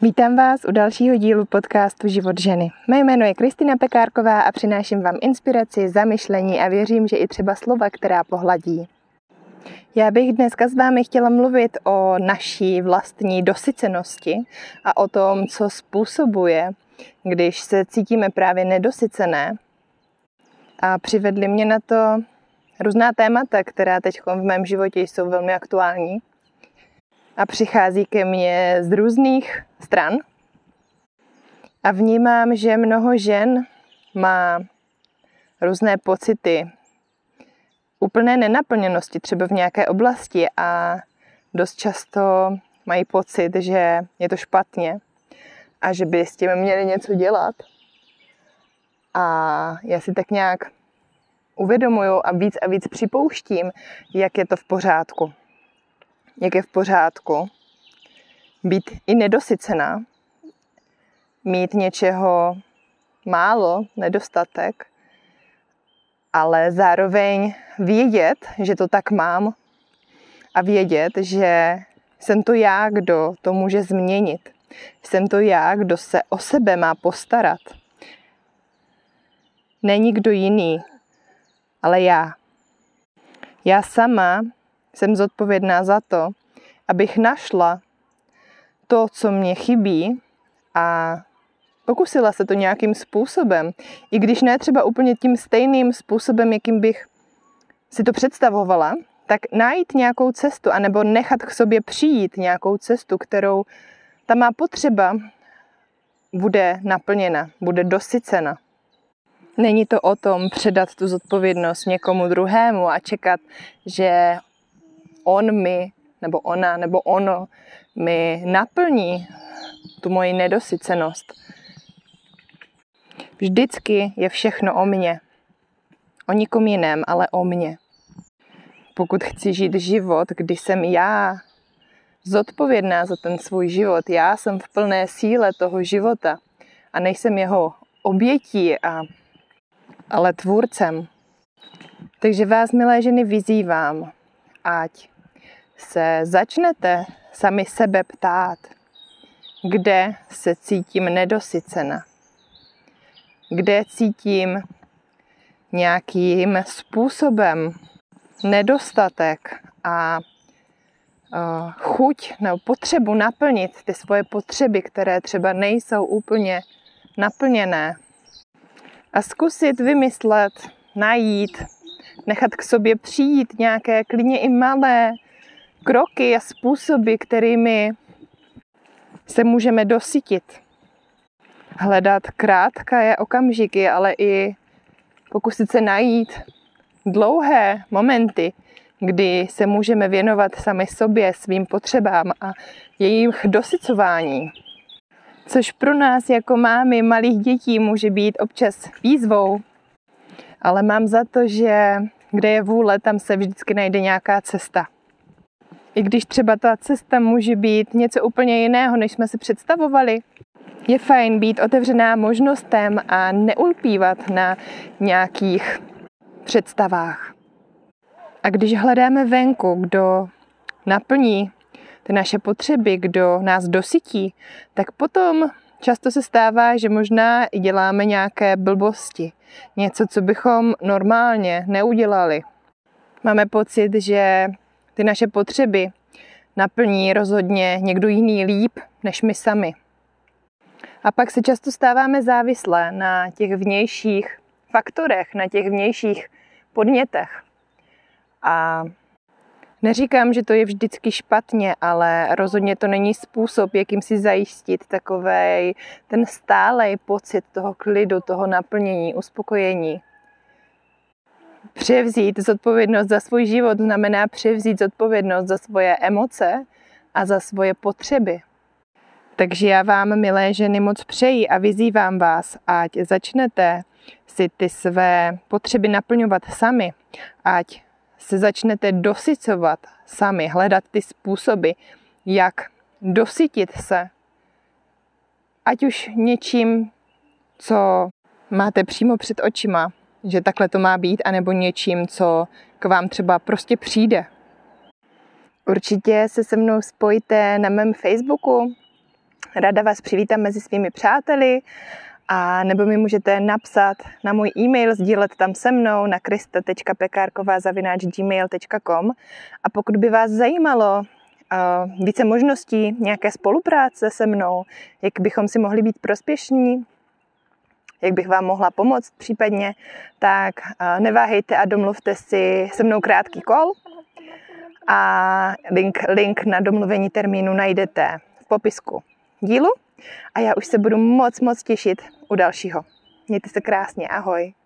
Vítám vás u dalšího dílu podcastu Život ženy. Mé jméno je Kristýna Pekárková a přináším vám inspiraci, zamyšlení a věřím, že i třeba slova, která pohladí. Já bych dneska s vámi chtěla mluvit o naší vlastní dosycenosti a o tom, co způsobuje, když se cítíme právě nedosycené. A přivedly mě na to různá témata, která teď v mém životě jsou velmi aktuální. A přichází ke mně z různých stran. A vnímám, že mnoho žen má různé pocity úplné nenaplněnosti třeba v nějaké oblasti a dost často mají pocit, že je to špatně a že by s tím měli něco dělat. A já si tak nějak uvědomuju a víc připouštím, jak je to v pořádku. Jak je v pořádku být i nedosycená, mít něčeho málo, nedostatek, ale zároveň vědět, že to tak mám a vědět, že jsem to já, kdo to může změnit. Jsem to já, kdo se o sebe má postarat. Není kdo jiný, ale já. Já sama jsem zodpovědná za to, abych našla to, co mě chybí a pokusila se to nějakým způsobem, i když ne třeba úplně tím stejným způsobem, jakým bych si to představovala, tak najít nějakou cestu, anebo nechat k sobě přijít nějakou cestu, kterou ta má potřeba bude naplněna, bude dosycena. Není to o tom předat tu zodpovědnost někomu druhému a čekat, že on mi, nebo ona, nebo ono mi naplní tu moji nedosycenost. Vždycky je všechno o mně. O nikom jiném, ale o mně. Pokud chci žít život, kdy jsem já zodpovědná za ten svůj život, já jsem v plné síle toho života a nejsem jeho obětí, ale tvůrcem. Takže vás, milé ženy, vyzývám, ať se začnete sami sebe ptát, kde se cítím nedosycena, kde cítím nějakým způsobem nedostatek a chuť nebo potřebu naplnit ty svoje potřeby, které třeba nejsou úplně naplněné. A zkusit vymyslet, najít, nechat k sobě přijít nějaké klidně i malé kroky a způsoby, kterými se můžeme dosytit. Hledat krátké okamžiky, ale i pokusit se najít dlouhé momenty, kdy se můžeme věnovat sami sobě, svým potřebám a jejich dosycování. Což pro nás jako mámy malých dětí může být občas výzvou, ale mám za to, že kde je vůle, tam se vždycky najde nějaká cesta. I když třeba ta cesta může být něco úplně jiného, než jsme si představovali, je fajn být otevřená možnostem a neulpívat na nějakých představách. A když hledáme venku, kdo naplní ty naše potřeby, kdo nás dosytí, tak potom často se stává, že možná i děláme nějaké blbosti. Něco, co bychom normálně neudělali. Máme pocit, že ty naše potřeby naplní rozhodně někdo jiný líp, než my sami. A pak se často stáváme závislé na těch vnějších faktorech, na těch vnějších podnětech. A neříkám, že to je vždycky špatně, ale rozhodně to není způsob, jakým si zajistit takovej ten stálej pocit toho klidu, toho naplnění, uspokojení. Převzít zodpovědnost za svůj život znamená převzít zodpovědnost za svoje emoce a za svoje potřeby. Takže já vám, milé ženy, moc přeji a vyzývám vás, ať začnete si ty své potřeby naplňovat sami, ať se začnete dosycovat sami, hledat ty způsoby, jak dosytit se, ať už něčím, co máte přímo před očima, že takhle to má být, anebo něčím, co k vám třeba prostě přijde. Určitě se mnou spojité na mém Facebooku, Ráda vás přivítám mezi svými přáteli, a nebo mi můžete napsat na můj e-mail, sdílet tam se mnou na krista.pekarkova@gmail.com. A pokud by vás zajímalo více možností nějaké spolupráce se mnou, jak bychom si mohli být prospěšní, jak bych vám mohla pomoct případně, tak neváhejte a domluvte si se mnou krátký call. A link na domluvení termínu najdete v popisku dílu. A já už se budu moc těšit u dalšího. Mějte se krásně, ahoj.